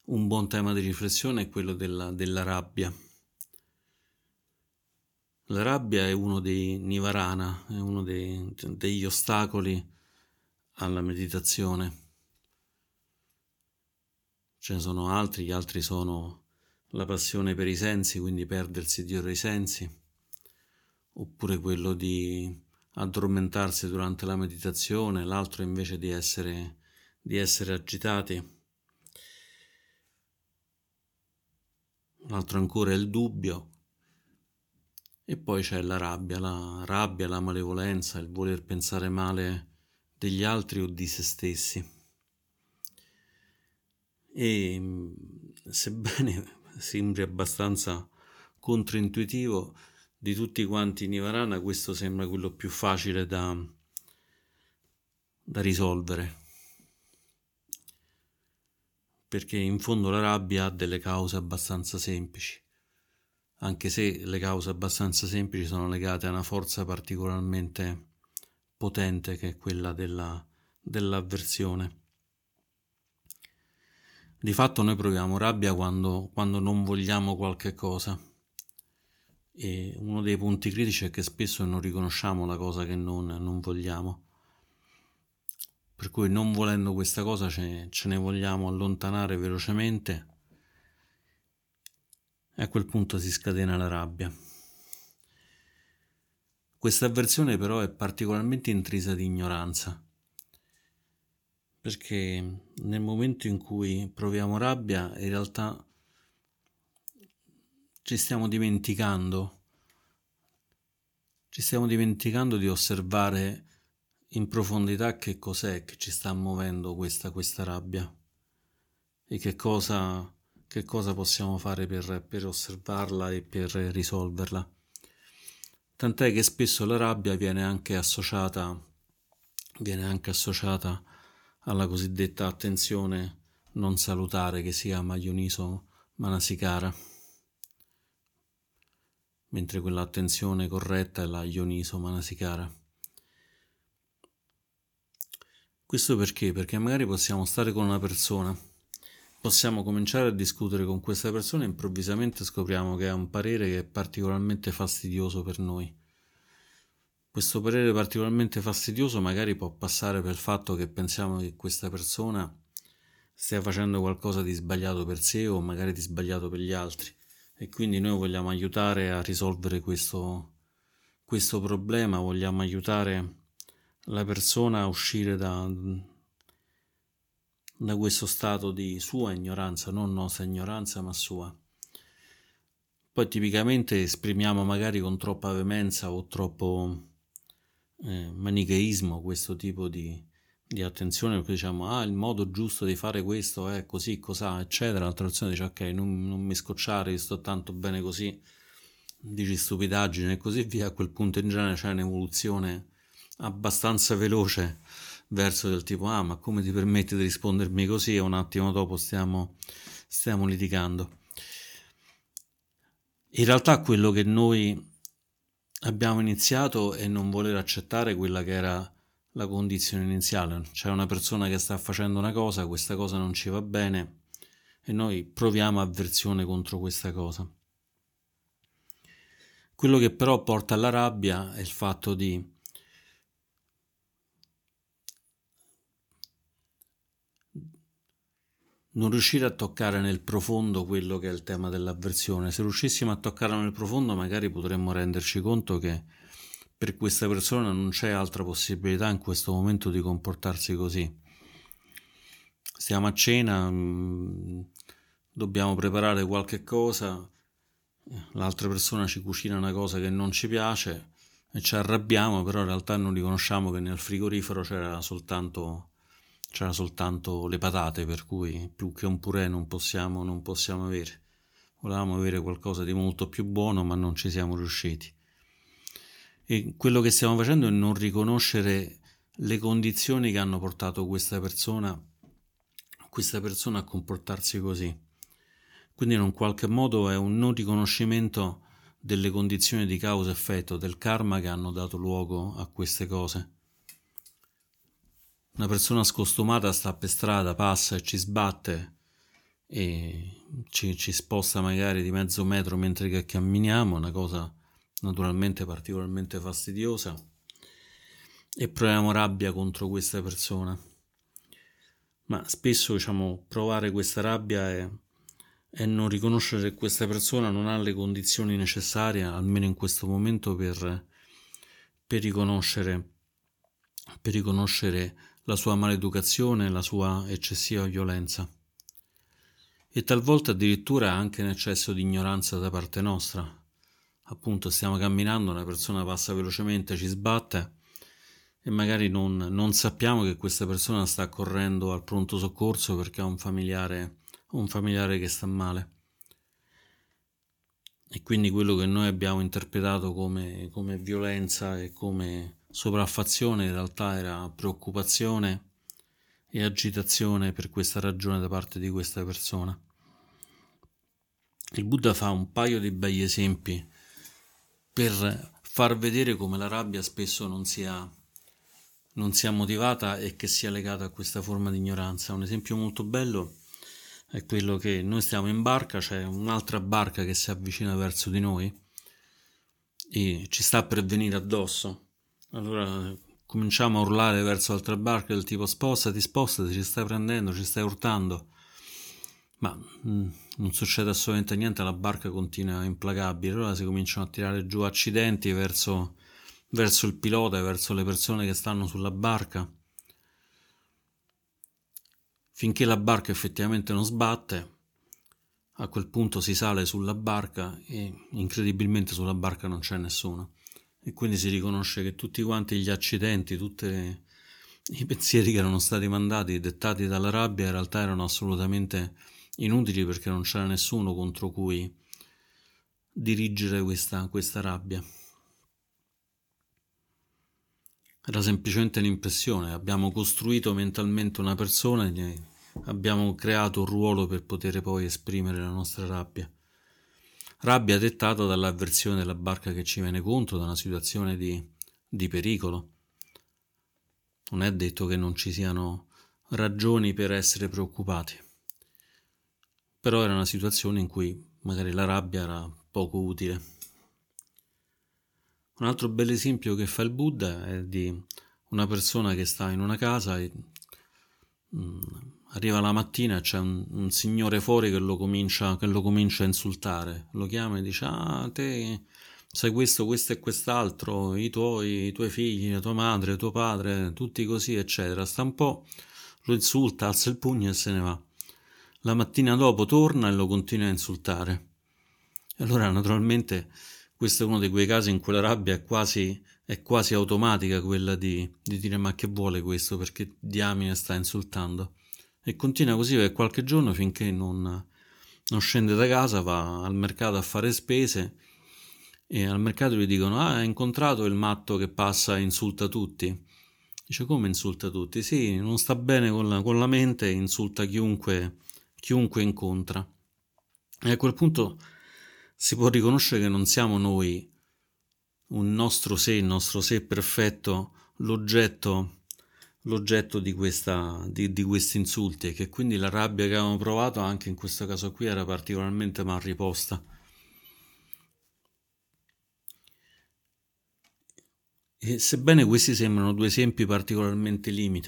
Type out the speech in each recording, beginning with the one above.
Un buon tema di riflessione è quello della rabbia. La rabbia è uno dei nivarana, è uno degli ostacoli alla meditazione. Ce ne sono altri, gli altri sono la passione per i sensi, quindi perdersi dietro i sensi, oppure quello di addormentarsi durante la meditazione, l'altro invece di essere agitati. L'altro ancora è il dubbio. E poi c'è la rabbia, la malevolenza, il voler pensare male degli altri o di se stessi. E sebbene sembri abbastanza controintuitivo, di tutti quanti i Nivarana questo sembra quello più facile da risolvere, perché in fondo la rabbia ha delle cause abbastanza semplici, anche se le cause abbastanza semplici sono legate a una forza particolarmente potente che è quella dell'avversione. Di fatto noi proviamo rabbia quando non vogliamo qualche cosa, e uno dei punti critici è che spesso non riconosciamo la cosa che non vogliamo, per cui non volendo questa cosa ce ne vogliamo allontanare velocemente e a quel punto si scatena la rabbia. Questa avversione però è particolarmente intrisa di ignoranza, perché nel momento in cui proviamo rabbia in realtà ci stiamo dimenticando di osservare in profondità che cos'è che ci sta muovendo questa rabbia e che cosa possiamo fare per osservarla e per risolverla. Tant'è che spesso la rabbia viene anche associata alla cosiddetta attenzione non salutare, che si chiama Yoniso Manasikara, mentre quella attenzione corretta è la Yoniso Manasikara. Questo perché? Perché magari possiamo stare con una persona, possiamo cominciare a discutere con questa persona e improvvisamente scopriamo che ha un parere che è particolarmente fastidioso per noi. Questo parere particolarmente fastidioso magari può passare per il fatto che pensiamo che questa persona stia facendo qualcosa di sbagliato per sé o magari di sbagliato per gli altri, e quindi noi vogliamo aiutare a risolvere questo problema, vogliamo aiutare la persona a uscire da questo stato di sua ignoranza, non nostra ignoranza ma sua. Poi tipicamente esprimiamo magari con troppa veemenza o troppo manicheismo questo tipo di attenzione, perché diciamo il modo giusto di fare questo è così, cos'ha, eccetera. L'altra persona dice ok, non mi scocciare, io sto tanto bene così, dici stupidaggine e così via. A quel punto in genere c'è un'evoluzione abbastanza veloce verso del tipo ma come ti permetti di rispondermi così, e un attimo dopo stiamo litigando. In realtà quello che noi abbiamo iniziato è non voler accettare quella che era la condizione iniziale. C'è una persona che sta facendo una cosa, questa cosa non ci va bene e noi proviamo avversione contro questa cosa. Quello che però porta alla rabbia è il fatto di non riuscire a toccare nel profondo quello che è il tema dell'avversione. Se riuscissimo a toccarlo nel profondo magari potremmo renderci conto che per questa persona non c'è altra possibilità in questo momento di comportarsi così. Stiamo a cena, dobbiamo preparare qualche cosa, l'altra persona ci cucina una cosa che non ci piace e ci arrabbiamo, però in realtà non riconosciamo che nel frigorifero c'era soltanto le patate, per cui più che un purè non possiamo avere. Volevamo avere qualcosa di molto più buono, ma non ci siamo riusciti. E quello che stiamo facendo è non riconoscere le condizioni che hanno portato questa persona a comportarsi così. Quindi in un qualche modo è un non riconoscimento delle condizioni di causa-effetto, del karma che hanno dato luogo a queste cose. Una persona scostumata sta per strada, passa e ci sbatte, e ci sposta magari di mezzo metro mentre che camminiamo, una cosa naturalmente particolarmente fastidiosa, e proviamo rabbia contro questa persona. Ma spesso, provare questa rabbia è non riconoscere che questa persona non ha le condizioni necessarie, almeno in questo momento, per riconoscere la sua maleducazione, la sua eccessiva violenza. E talvolta addirittura anche un eccesso di ignoranza da parte nostra. Appunto, stiamo camminando, una persona passa velocemente, ci sbatte e magari non sappiamo che questa persona sta correndo al pronto soccorso perché ha un familiare che sta male. E quindi quello che noi abbiamo interpretato come violenza e come sopraffazione in realtà era preoccupazione e agitazione per questa ragione da parte di questa persona. Il Buddha fa un paio di begli esempi per far vedere come la rabbia spesso non sia motivata e che sia legata a questa forma di ignoranza. Un esempio molto bello è quello che noi stiamo in barca, c'è un'altra barca che si avvicina verso di noi e ci sta per venire addosso. Allora cominciamo a urlare verso l'altra barca del tipo spostati, ci stai prendendo, ci stai urtando. Ma non succede assolutamente niente, la barca continua implacabile. Allora si cominciano a tirare giù accidenti verso il pilota e verso le persone che stanno sulla barca, finché la barca effettivamente non sbatte. A quel punto si sale sulla barca e incredibilmente sulla barca non c'è nessuno, e quindi si riconosce che tutti quanti gli accidenti, tutti i pensieri che erano stati mandati, dettati dalla rabbia, in realtà erano assolutamente inutili, perché non c'era nessuno contro cui dirigere questa rabbia. Era semplicemente un'impressione. Abbiamo costruito mentalmente una persona e abbiamo creato un ruolo per poter poi esprimere la nostra rabbia. Rabbia dettata dall'avversione della barca che ci viene contro, da una situazione di pericolo. Non è detto che non ci siano ragioni per essere preoccupati, però era una situazione in cui magari la rabbia era poco utile. Un altro bel esempio che fa il Buddha è di una persona che sta in una casa e arriva la mattina e c'è un signore fuori che lo comincia a insultare. Lo chiama e dice: ah, te sai questo e quest'altro, i tuoi figli, la tua madre, tuo padre, tutti così, eccetera. Sta un po', lo insulta, alza il pugno e se ne va. La mattina dopo torna e lo continua a insultare. E allora naturalmente questo è uno di quei casi in cui la rabbia è quasi automatica, quella di dire: ma che vuole questo, perché diamine sta insultando? E continua così per qualche giorno, finché non scende da casa, va al mercato a fare spese e al mercato gli dicono: ah, hai incontrato il matto che passa e insulta tutti? Dice: come insulta tutti? Sì, non sta bene con la mente, insulta chiunque incontra. E a quel punto si può riconoscere che non siamo noi, il nostro sé perfetto, l'oggetto di questi insulti, e che quindi la rabbia che avevamo provato anche in questo caso qui era particolarmente mal riposta. E sebbene questi sembrano due esempi particolarmente limite,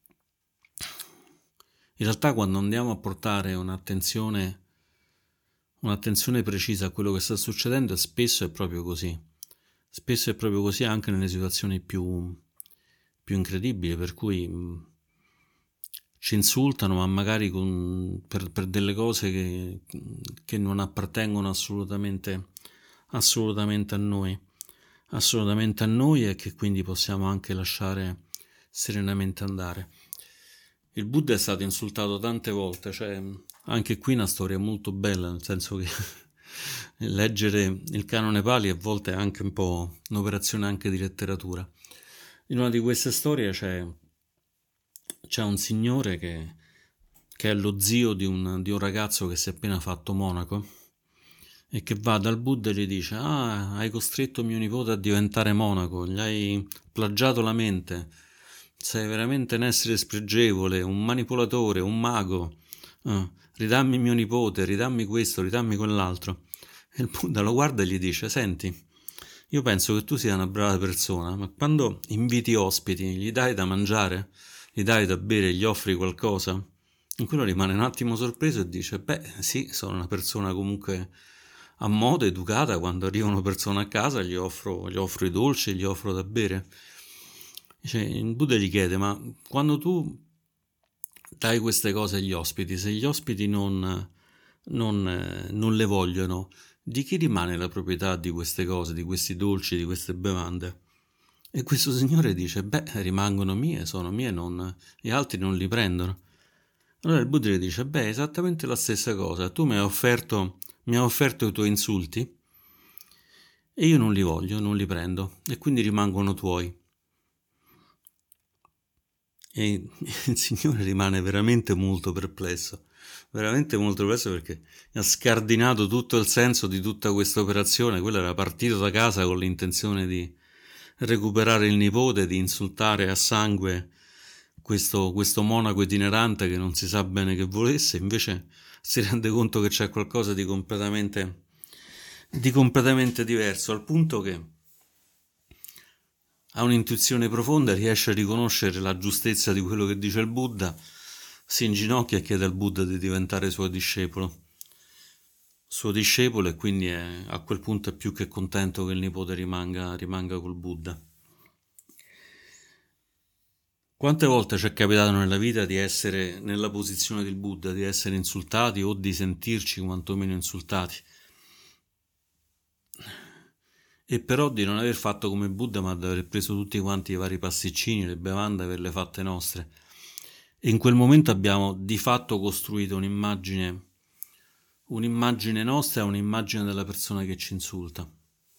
in realtà quando andiamo a portare un'attenzione precisa a quello che sta succedendo, spesso è proprio così. Spesso è proprio così anche nelle situazioni più incredibili, per cui ci insultano, ma magari per delle cose che non appartengono assolutamente a noi. Assolutamente a noi, e che quindi possiamo anche lasciare serenamente andare. Il Buddha è stato insultato tante volte, cioè anche qui una storia molto bella, nel senso che leggere il canone Pali a volte è anche un po' un'operazione anche di letteratura. In una di queste storie c'è un signore che è lo zio di un ragazzo che si è appena fatto monaco, e che va dal Buddha e gli dice: ah, hai costretto mio nipote a diventare monaco, gli hai plagiato la mente, sei veramente un essere spregevole, un manipolatore, un mago. ridammi mio nipote, ridammi questo, ridammi quell'altro. E il Buddha lo guarda e gli dice: senti, io penso che tu sia una brava persona, ma quando inviti ospiti, gli dai da mangiare, gli dai da bere, gli offri qualcosa? E quello rimane un attimo sorpreso e dice: beh, sì, sono una persona comunque a modo, educata, quando arrivano persone a casa gli offro i dolci, gli offro da bere. Dice, il Buddha gli chiede: ma quando tu dai queste cose agli ospiti, se gli ospiti non le vogliono, di chi rimane la proprietà di queste cose, di questi dolci, di queste bevande? E questo signore dice: beh, rimangono mie, sono mie, gli altri non li prendono. Allora il Buddha gli dice: beh, è esattamente la stessa cosa, tu mi hai offerto i tuoi insulti e io non li voglio, non li prendo, e quindi rimangono tuoi. E il Signore rimane veramente molto perplesso perché ha scardinato tutto il senso di tutta questa operazione. Quello era partito da casa con l'intenzione di recuperare il nipote, di insultare a sangue questo monaco itinerante che non si sa bene che volesse, invece si rende conto che c'è qualcosa di completamente diverso, al punto che ha un'intuizione profonda, riesce a riconoscere la giustezza di quello che dice il Buddha, si inginocchia e chiede al Buddha di diventare suo discepolo, e quindi a quel punto è più che contento che il nipote rimanga col Buddha. Quante volte ci è capitato nella vita di essere nella posizione del Buddha, di essere insultati o di sentirci quantomeno insultati, e però di non aver fatto come Buddha, ma di aver preso tutti quanti i vari pasticcini, le bevande, averle fatte nostre. E in quel momento abbiamo di fatto costruito un'immagine nostra e un'immagine della persona che ci insulta.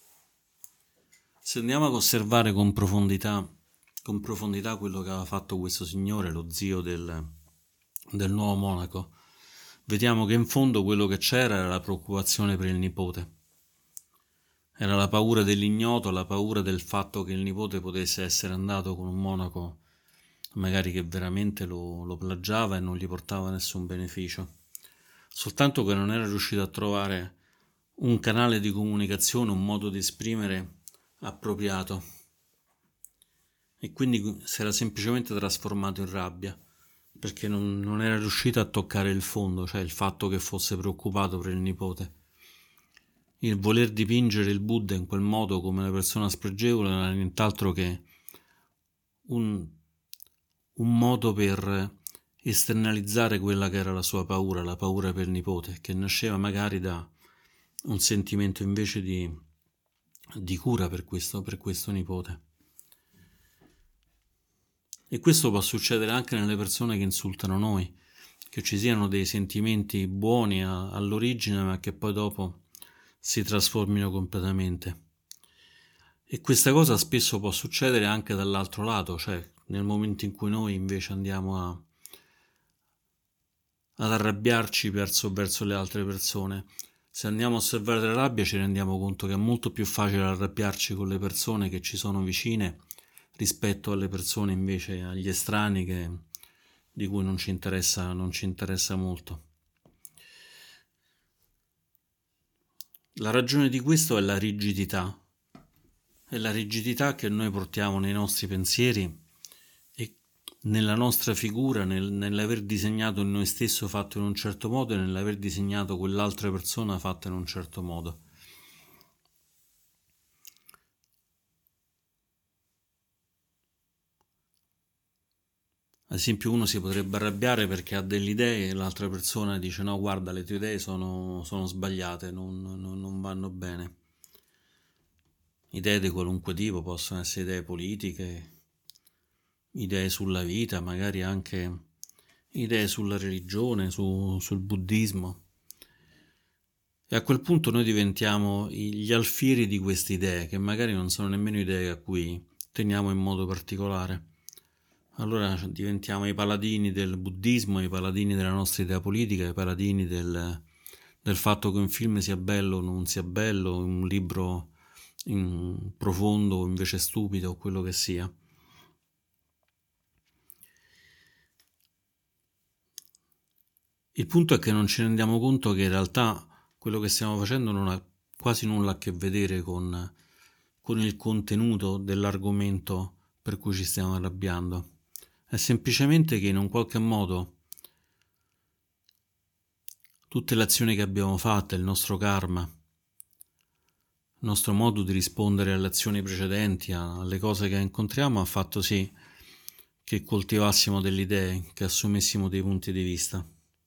Se andiamo ad osservare con profondità quello che aveva fatto questo signore, lo zio del nuovo monaco, vediamo che in fondo quello che c'era era la preoccupazione per il nipote. Era la paura dell'ignoto, la paura del fatto che il nipote potesse essere andato con un monaco magari che veramente lo plagiava e non gli portava nessun beneficio. Soltanto che non era riuscito a trovare un canale di comunicazione, un modo di esprimere appropriato. E quindi si era semplicemente trasformato in rabbia, perché non era riuscito a toccare il fondo, cioè il fatto che fosse preoccupato per il nipote. Il voler dipingere il Buddha in quel modo come una persona spregevole non era nient'altro che un modo per esternalizzare quella che era la sua paura, la paura per il nipote, che nasceva magari da un sentimento invece di cura per questo nipote. E questo può succedere anche nelle persone che insultano noi, che ci siano dei sentimenti buoni all'origine, ma che poi dopo si trasformino completamente. E questa cosa spesso può succedere anche dall'altro lato, cioè nel momento in cui noi invece andiamo ad arrabbiarci verso le altre persone. Se andiamo a osservare la rabbia ci rendiamo conto che è molto più facile arrabbiarci con le persone che ci sono vicine rispetto alle persone invece, agli estranei di cui non ci interessa molto. La ragione di questo è la rigidità che noi portiamo nei nostri pensieri e nella nostra figura, nell'aver disegnato il noi stesso fatto in un certo modo e nell'aver disegnato quell'altra persona fatta in un certo modo. Ad esempio, uno si potrebbe arrabbiare perché ha delle idee e l'altra persona dice: no, guarda, le tue idee sono sbagliate, non vanno bene. Idee di qualunque tipo, possono essere idee politiche, idee sulla vita, magari anche idee sulla religione, sul buddismo. E a quel punto noi diventiamo gli alfieri di queste idee, che magari non sono nemmeno idee a cui teniamo in modo particolare. Allora diventiamo i paladini del buddismo, i paladini della nostra idea politica, i paladini del fatto che un film sia bello o non sia bello, un libro profondo o invece stupido, o quello che sia. Il punto è che non ci rendiamo conto che in realtà quello che stiamo facendo non ha quasi nulla a che vedere con il contenuto dell'argomento per cui ci stiamo arrabbiando. È semplicemente che in un qualche modo tutte le azioni che abbiamo fatto, il nostro karma, il nostro modo di rispondere alle azioni precedenti, alle cose che incontriamo, ha fatto sì che coltivassimo delle idee, che assumessimo dei punti di vista.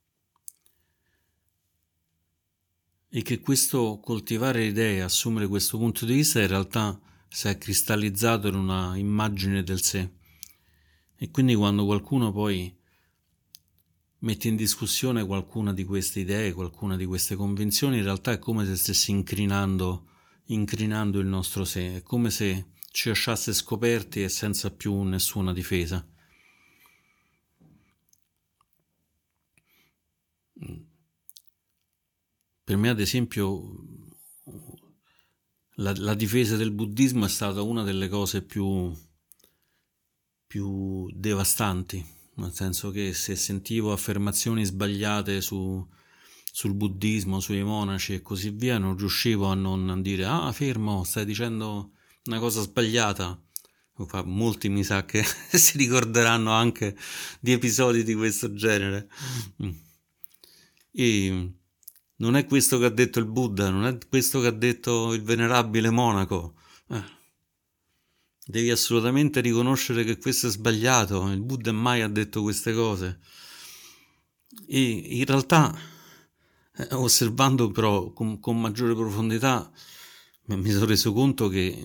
E che questo coltivare idee, assumere questo punto di vista in realtà si è cristallizzato in una immagine del sé. E quindi quando qualcuno poi mette in discussione qualcuna di queste idee, qualcuna di queste convinzioni, in realtà è come se stesse incrinando il nostro sé, è come se ci lasciasse scoperti e senza più nessuna difesa. Per me, ad esempio, la difesa del buddismo è stata una delle cose più devastanti, nel senso che se sentivo affermazioni sbagliate sul buddismo, sui monaci e così via, non riuscivo a non dire fermo, stai dicendo una cosa sbagliata. Molti mi sa che si ricorderanno anche di episodi di questo genere. E non è questo che ha detto il Buddha, non è questo che ha detto il venerabile monaco. Devi assolutamente riconoscere che questo è sbagliato, il Buddha mai ha detto queste cose. E in realtà, osservando però con maggiore profondità, mi sono reso conto che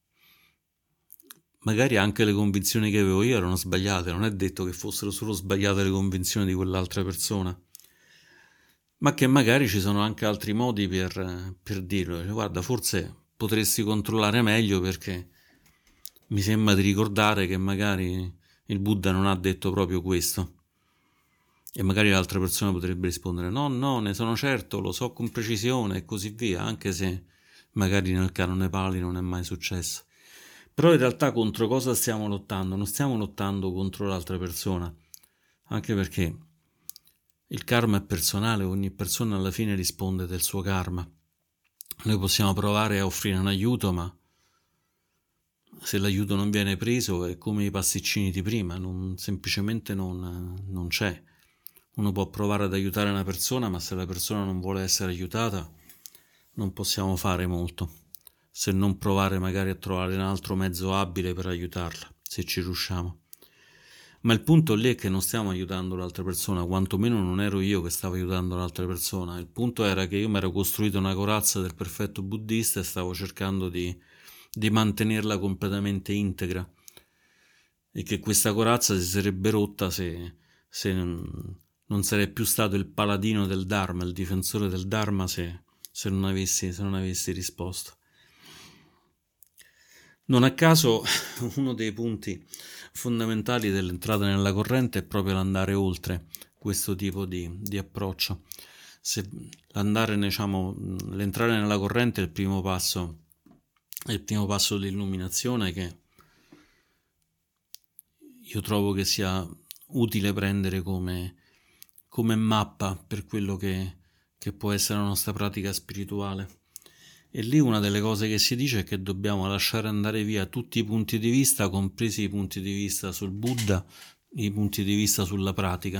magari anche le convinzioni che avevo io erano sbagliate, non è detto che fossero solo sbagliate le convinzioni di quell'altra persona, ma che magari ci sono anche altri modi per dirlo. Guarda, forse potresti controllare meglio perché mi sembra di ricordare che magari il Buddha non ha detto proprio questo. E magari l'altra persona potrebbe rispondere no, ne sono certo, lo so con precisione e così via, anche se magari nel canone Pali non è mai successo. Però in realtà contro cosa stiamo lottando? Non stiamo lottando contro l'altra persona, anche perché il karma è personale, ogni persona alla fine risponde del suo karma. Noi possiamo provare a offrire un aiuto, ma se l'aiuto non viene preso è come i pasticcini di prima, semplicemente non c'è. Uno può provare ad aiutare una persona, ma se la persona non vuole essere aiutata non possiamo fare molto, se non provare magari a trovare un altro mezzo abile per aiutarla, se ci riusciamo. Ma il punto lì è che non stiamo aiutando l'altra persona, quantomeno non ero io che stavo aiutando l'altra persona. Il punto era che io mi ero costruito una corazza del perfetto buddista e stavo cercando di mantenerla completamente integra, e che questa corazza si sarebbe rotta se non sarei più stato il paladino del Dharma, il difensore del Dharma, se non avessi risposto. Non a caso uno dei punti fondamentali dell'entrata nella corrente è proprio l'andare oltre questo tipo di approccio. Se l'entrare nella corrente è il primo passo dell'illuminazione, che io trovo che sia utile prendere come mappa per quello che può essere la nostra pratica spirituale. E lì una delle cose che si dice è che dobbiamo lasciare andare via tutti i punti di vista, compresi i punti di vista sul Buddha, i punti di vista sulla pratica,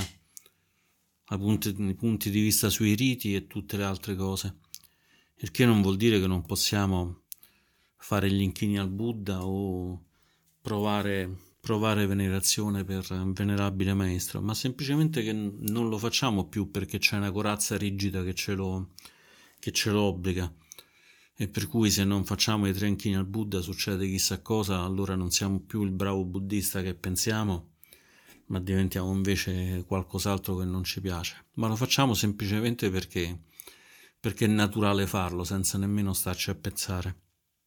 i punti di vista sui riti e tutte le altre cose. Il che non vuol dire che non possiamo fare gli inchini al Buddha o provare venerazione per un venerabile maestro, ma semplicemente che non lo facciamo più perché c'è una corazza rigida che ce lo obbliga. E per cui se non facciamo i 3 inchini al Buddha succede chissà cosa, allora non siamo più il bravo buddista che pensiamo, ma diventiamo invece qualcos'altro che non ci piace. Ma lo facciamo semplicemente perché è naturale farlo, senza nemmeno starci a pensare.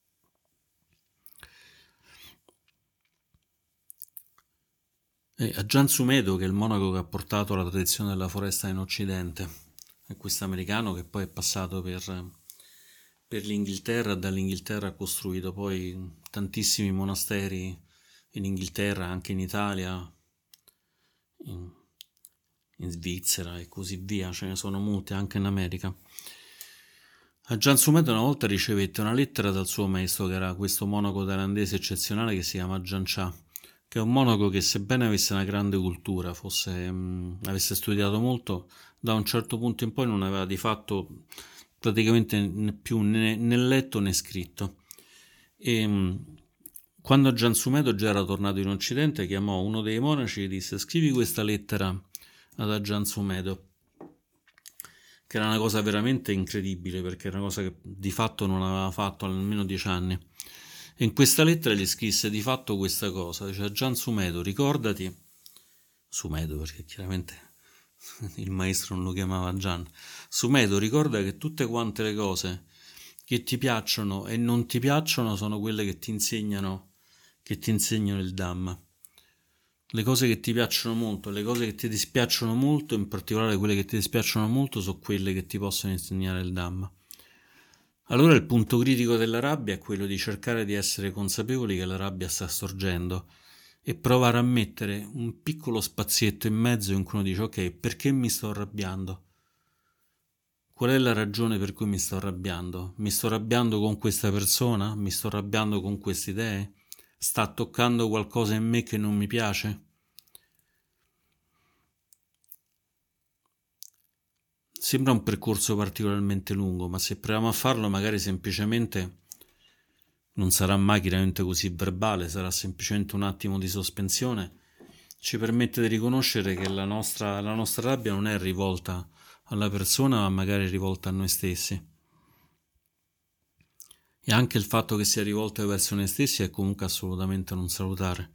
E a Gian Sumedo, che è il monaco che ha portato la tradizione della foresta in Occidente, è questo americano che poi è passato per l'Inghilterra, dall'Inghilterra ha costruito poi tantissimi monasteri in Inghilterra, anche in Italia, in Svizzera e così via, ce ne sono molte anche in America. Ajahn Sumedho una volta ricevette una lettera dal suo maestro, che era questo monaco thailandese eccezionale che si chiama Ajahn Chah, che è un monaco che, sebbene avesse una grande cultura, avesse studiato molto, da un certo punto in poi non aveva di fatto praticamente più né letto né scritto. E quando Ajahn Sumedho già era tornato in Occidente, chiamò uno dei monaci e disse: scrivi questa lettera ad Ajahn Sumedho, che era una cosa veramente incredibile, perché era una cosa che di fatto non aveva fatto almeno 10 anni. E in questa lettera gli scrisse di fatto questa cosa: dice: Ajahn Sumedho, ricordati, Sumedho perché chiaramente il maestro non lo chiamava Ajahn, Sumedho, ricorda che tutte quante le cose che ti piacciono e non ti piacciono sono quelle che ti insegnano il Dhamma. Le cose che ti piacciono molto, le cose che ti dispiacciono molto, in particolare quelle che ti dispiacciono molto, sono quelle che ti possono insegnare il Dhamma. Allora il punto critico della rabbia è quello di cercare di essere consapevoli che la rabbia sta sorgendo e provare a mettere un piccolo spazietto in mezzo in cui uno dice: ok, perché mi sto arrabbiando? Qual è la ragione per cui mi sto arrabbiando? Mi sto arrabbiando con questa persona? Mi sto arrabbiando con queste idee? Sta toccando qualcosa in me che non mi piace? Sembra un percorso particolarmente lungo, ma se proviamo a farlo magari semplicemente non sarà mai chiaramente così verbale, sarà semplicemente un attimo di sospensione, ci permette di riconoscere che la nostra rabbia non è rivolta alla persona, ma magari rivolta a noi stessi. E anche il fatto che sia rivolta verso noi stessi è comunque assolutamente non salutare.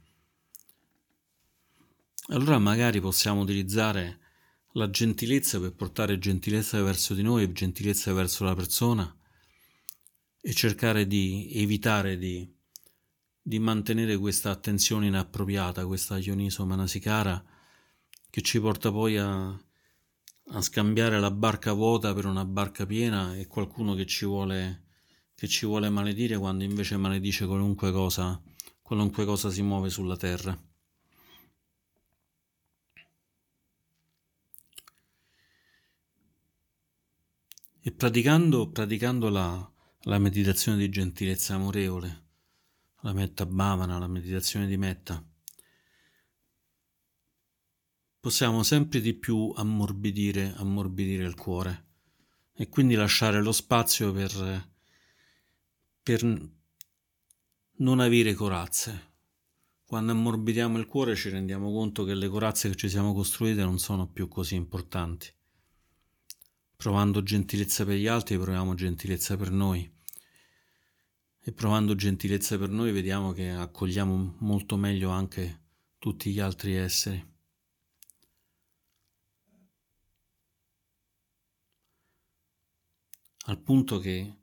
Allora magari possiamo utilizzare la gentilezza per portare gentilezza verso di noi, gentilezza verso la persona, e cercare di evitare di mantenere questa attenzione inappropriata, questa yoniso manasikara, che ci porta poi a scambiare la barca vuota per una barca piena e qualcuno che ci vuole maledire, quando invece maledice qualunque cosa si muove sulla terra. E praticando la meditazione di gentilezza amorevole, la metta bhavana, la meditazione di metta, possiamo sempre di più ammorbidire il cuore e quindi lasciare lo spazio per non avere corazze. Quando ammorbidiamo il cuore ci rendiamo conto che le corazze che ci siamo costruite non sono più così importanti. Provando gentilezza per gli altri, proviamo gentilezza per noi. E provando gentilezza per noi, vediamo che accogliamo molto meglio anche tutti gli altri esseri. Al punto che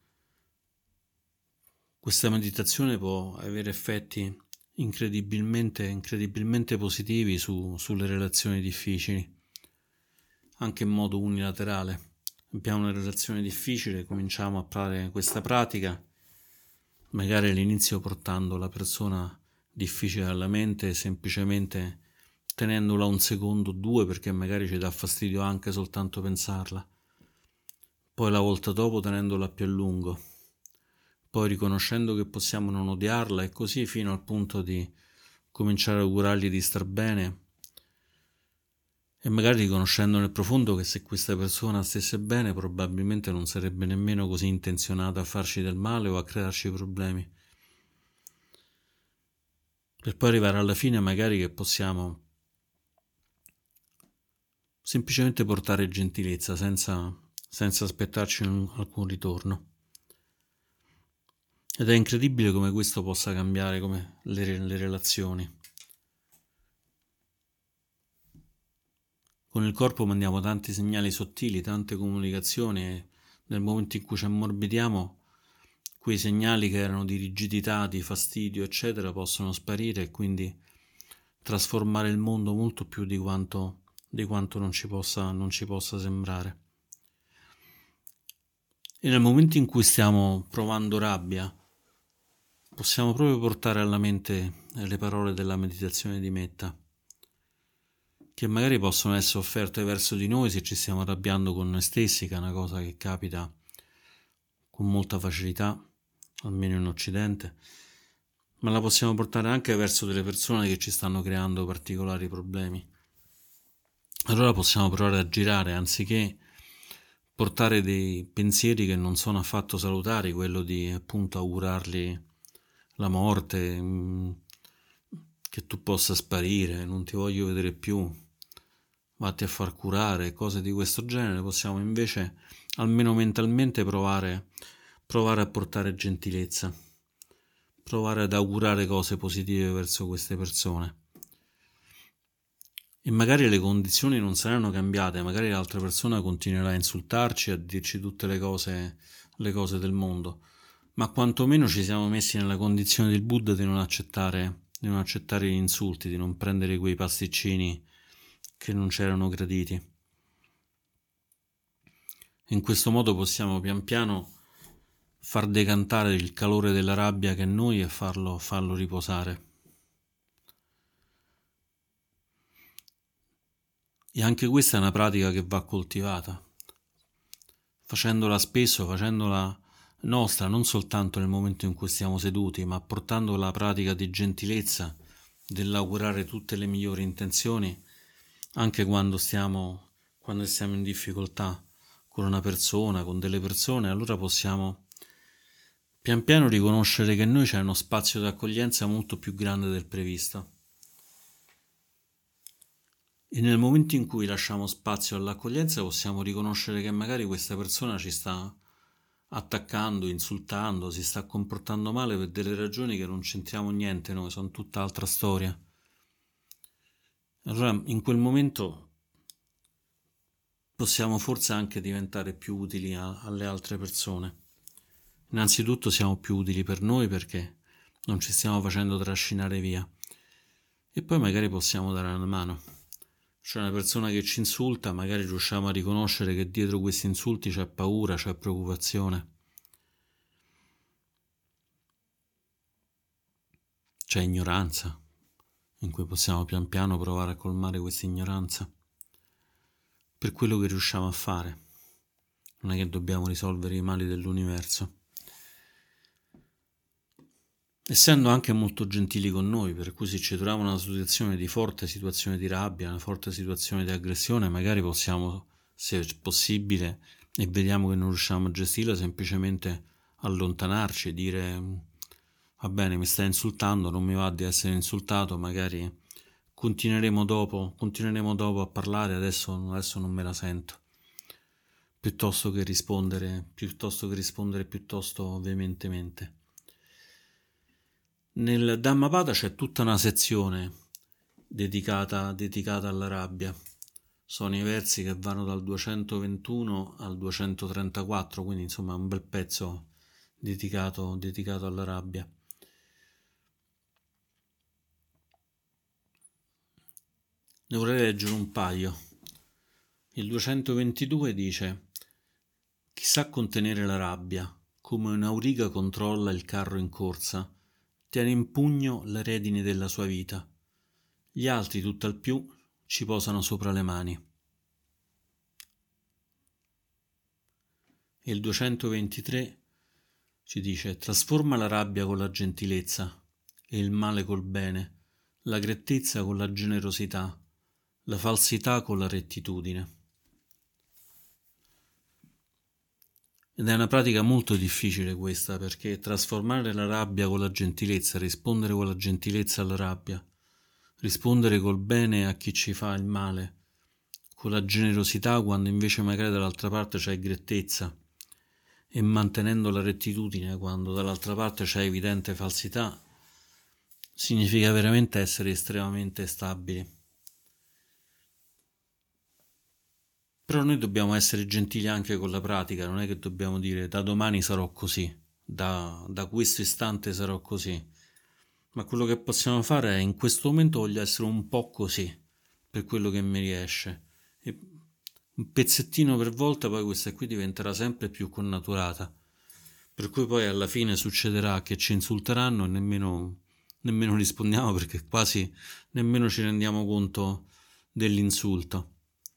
questa meditazione può avere effetti incredibilmente positivi sulle relazioni difficili, anche in modo unilaterale. Abbiamo una relazione difficile, cominciamo a fare questa pratica, magari all'inizio portando la persona difficile alla mente, semplicemente tenendola un secondo o due, perché magari ci dà fastidio anche soltanto pensarla, poi la volta dopo tenendola più a lungo, poi riconoscendo che possiamo non odiarla, e così fino al punto di cominciare a augurargli di star bene, e magari riconoscendo nel profondo che se questa persona stesse bene probabilmente non sarebbe nemmeno così intenzionata a farci del male o a crearci problemi, per poi arrivare alla fine magari che possiamo semplicemente portare gentilezza senza aspettarci alcun ritorno. Ed è incredibile come questo possa cambiare come le relazioni. Con il corpo mandiamo tanti segnali sottili, tante comunicazioni, e nel momento in cui ci ammorbidiamo, quei segnali che erano di rigidità, di fastidio, eccetera, possono sparire e quindi trasformare il mondo molto più di quanto non ci possa sembrare. E nel momento in cui stiamo provando rabbia, possiamo proprio portare alla mente le parole della meditazione di metta, che magari possono essere offerte verso di noi se ci stiamo arrabbiando con noi stessi, che è una cosa che capita con molta facilità, almeno in Occidente, ma la possiamo portare anche verso delle persone che ci stanno creando particolari problemi. Allora possiamo provare a girare, anziché portare dei pensieri che non sono affatto salutari, quello di appunto augurargli la morte, che tu possa sparire, non ti voglio vedere più, vatti a far curare, cose di questo genere. Possiamo invece, almeno mentalmente, provare a portare gentilezza, provare ad augurare cose positive verso queste persone. E magari le condizioni non saranno cambiate, magari l'altra persona continuerà a insultarci, a dirci tutte le cose del mondo, ma quantomeno ci siamo messi nella condizione del Buddha di non accettare gli insulti, di non prendere quei pasticcini che non c'erano graditi. In questo modo possiamo pian piano far decantare il calore della rabbia che è in noi e farlo riposare. E anche questa è una pratica che va coltivata, facendola spesso, facendola nostra, non soltanto nel momento in cui stiamo seduti, ma portando la pratica di gentilezza, dell'augurare tutte le migliori intenzioni, anche quando stiamo in difficoltà con una persona, con delle persone. Allora possiamo pian piano riconoscere che in noi c'è uno spazio di accoglienza molto più grande del previsto. E nel momento in cui lasciamo spazio all'accoglienza possiamo riconoscere che magari questa persona ci sta attaccando, insultando, si sta comportando male per delle ragioni che non c'entriamo niente noi, sono tutt'altra storia. Allora in quel momento possiamo forse anche diventare più utili alle altre persone. Innanzitutto siamo più utili per noi perché non ci stiamo facendo trascinare via, e poi magari possiamo dare una mano. C'è una persona che ci insulta, magari riusciamo a riconoscere che dietro questi insulti c'è paura, c'è preoccupazione, c'è ignoranza, in cui possiamo pian piano provare a colmare questa ignoranza per quello che riusciamo a fare. Non è che dobbiamo risolvere i mali dell'universo. Essendo anche molto gentili con noi, per cui se ci troviamo in una situazione di rabbia, una forte situazione di aggressione, magari possiamo, se è possibile, e vediamo che non riusciamo a gestirla, semplicemente allontanarci e dire: va bene, mi stai insultando, non mi va di essere insultato, magari continueremo dopo a parlare, adesso non me la sento, piuttosto che rispondere piuttosto veementemente. Nel Dhammapada c'è tutta una sezione dedicata alla rabbia. Sono i versi che vanno dal 221 al 234, quindi insomma un bel pezzo dedicato alla rabbia. Ne vorrei leggere un paio. Il 222 dice: chi sa contenere la rabbia, come un'auriga controlla il carro in corsa, tiene in pugno le redini della sua vita. Gli altri, tutt'al più, ci posano sopra le mani. E il 223 ci dice: trasforma la rabbia con la gentilezza e il male col bene, la grettezza con la generosità, la falsità con la rettitudine. Ed è una pratica molto difficile questa, perché trasformare la rabbia con la gentilezza, rispondere con la gentilezza alla rabbia, rispondere col bene a chi ci fa il male, con la generosità quando invece magari dall'altra parte c'è grettezza, e mantenendo la rettitudine quando dall'altra parte c'è evidente falsità, significa veramente essere estremamente stabili. Però noi dobbiamo essere gentili anche con la pratica, non è che dobbiamo dire da domani sarò così, da questo istante sarò così, ma quello che possiamo fare è: in questo momento voglio essere un po' così, per quello che mi riesce, e un pezzettino per volta poi questa qui diventerà sempre più connaturata, per cui poi alla fine succederà che ci insulteranno e nemmeno rispondiamo, perché quasi nemmeno ci rendiamo conto dell'insulto.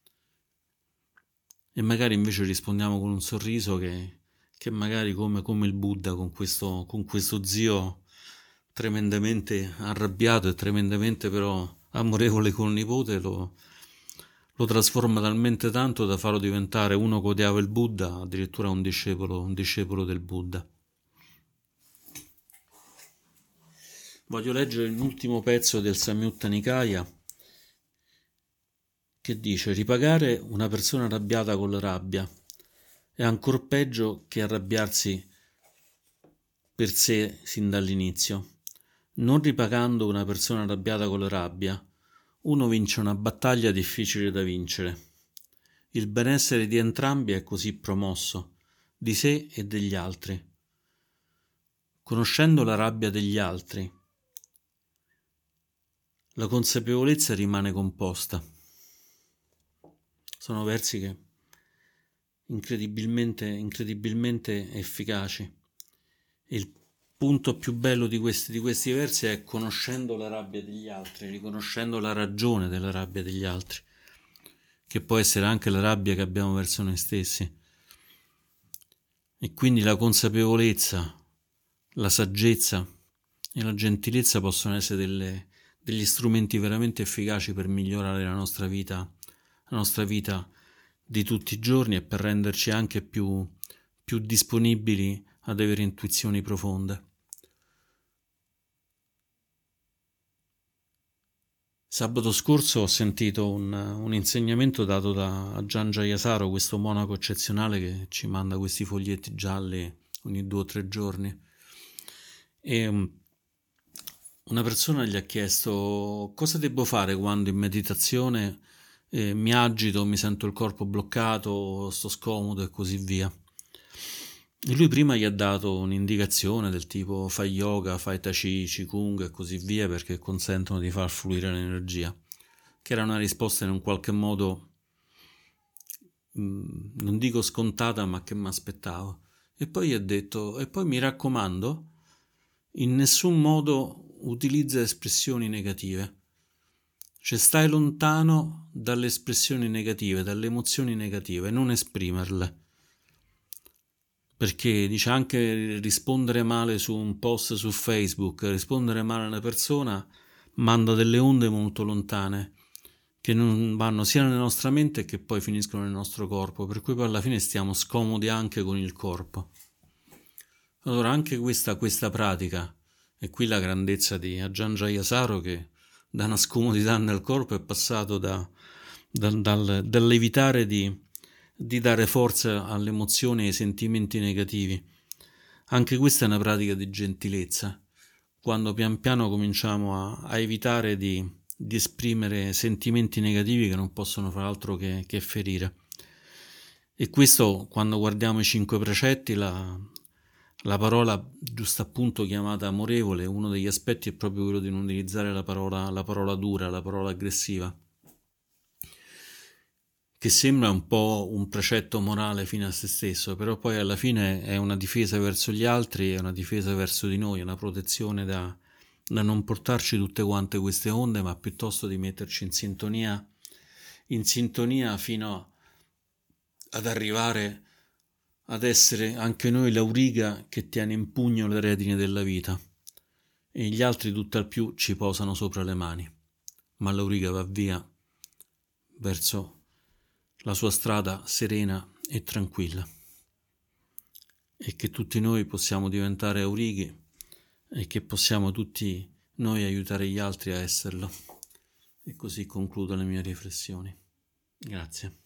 E magari invece rispondiamo con un sorriso che magari come il Buddha con questo zio tremendamente arrabbiato e tremendamente però amorevole col nipote lo trasforma talmente tanto da farlo diventare uno che odiava il Buddha, addirittura un discepolo del Buddha. Voglio leggere l'ultimo pezzo del Samyutta Nikaya che dice: ripagare una persona arrabbiata con la rabbia è ancor peggio che arrabbiarsi per sé sin dall'inizio. Non ripagando una persona arrabbiata con la rabbia, uno vince una battaglia difficile da vincere. Il benessere di entrambi è così promosso, di sé e degli altri. Conoscendo la rabbia degli altri, la consapevolezza rimane composta. Sono versi che incredibilmente efficaci. Il punto più bello di questi versi è conoscendo la rabbia degli altri, riconoscendo la ragione della rabbia degli altri, che può essere anche la rabbia che abbiamo verso noi stessi. E quindi la consapevolezza, la saggezza e la gentilezza possono essere degli strumenti veramente efficaci per migliorare la nostra vita di tutti i giorni e per renderci anche più disponibili ad avere intuizioni profonde. Sabato scorso ho sentito un insegnamento dato da Ajahn Jayasaro, questo monaco eccezionale che ci manda questi foglietti gialli ogni 2 o 3 giorni. E una persona gli ha chiesto: cosa devo fare quando in meditazione mi agito, mi sento il corpo bloccato, sto scomodo e così via. E lui prima gli ha dato un'indicazione del tipo: fai yoga, fai tai chi, qigong e così via, perché consentono di far fluire l'energia, che era una risposta in un qualche modo non dico scontata, ma che mi aspettavo. E poi gli ha detto: e poi mi raccomando, in nessun modo utilizza espressioni negative. Cioè stai lontano dalle espressioni negative, dalle emozioni negative, non esprimerle. Perché dice anche rispondere male su un post su Facebook, rispondere male a una persona manda delle onde molto lontane che non vanno sia nella nostra mente che poi finiscono nel nostro corpo, per cui poi alla fine stiamo scomodi anche con il corpo. Allora anche questa pratica, e qui la grandezza di Ajahn Jayasaro, che da una scomodità nel corpo è passato dall'evitare di dare forza alle emozioni e ai sentimenti negativi. Anche questa è una pratica di gentilezza, quando pian piano cominciamo a evitare di esprimere sentimenti negativi che non possono far altro che ferire. E questo, quando guardiamo i 5 precetti, la parola giusto appunto chiamata amorevole, uno degli aspetti è proprio quello di non utilizzare la parola dura, la parola aggressiva, che sembra un po' un precetto morale fine a se stesso, però poi alla fine è una difesa verso gli altri, è una difesa verso di noi, è una protezione da non portarci tutte quante queste onde, ma piuttosto di metterci in sintonia fino ad arrivare ad essere anche noi l'auriga che tiene in pugno le redini della vita, e gli altri tutt'al più ci posano sopra le mani, ma l'auriga va via verso la sua strada serena e tranquilla, e che tutti noi possiamo diventare aurighi e che possiamo tutti noi aiutare gli altri a esserlo. E così concludo le mie riflessioni. Grazie.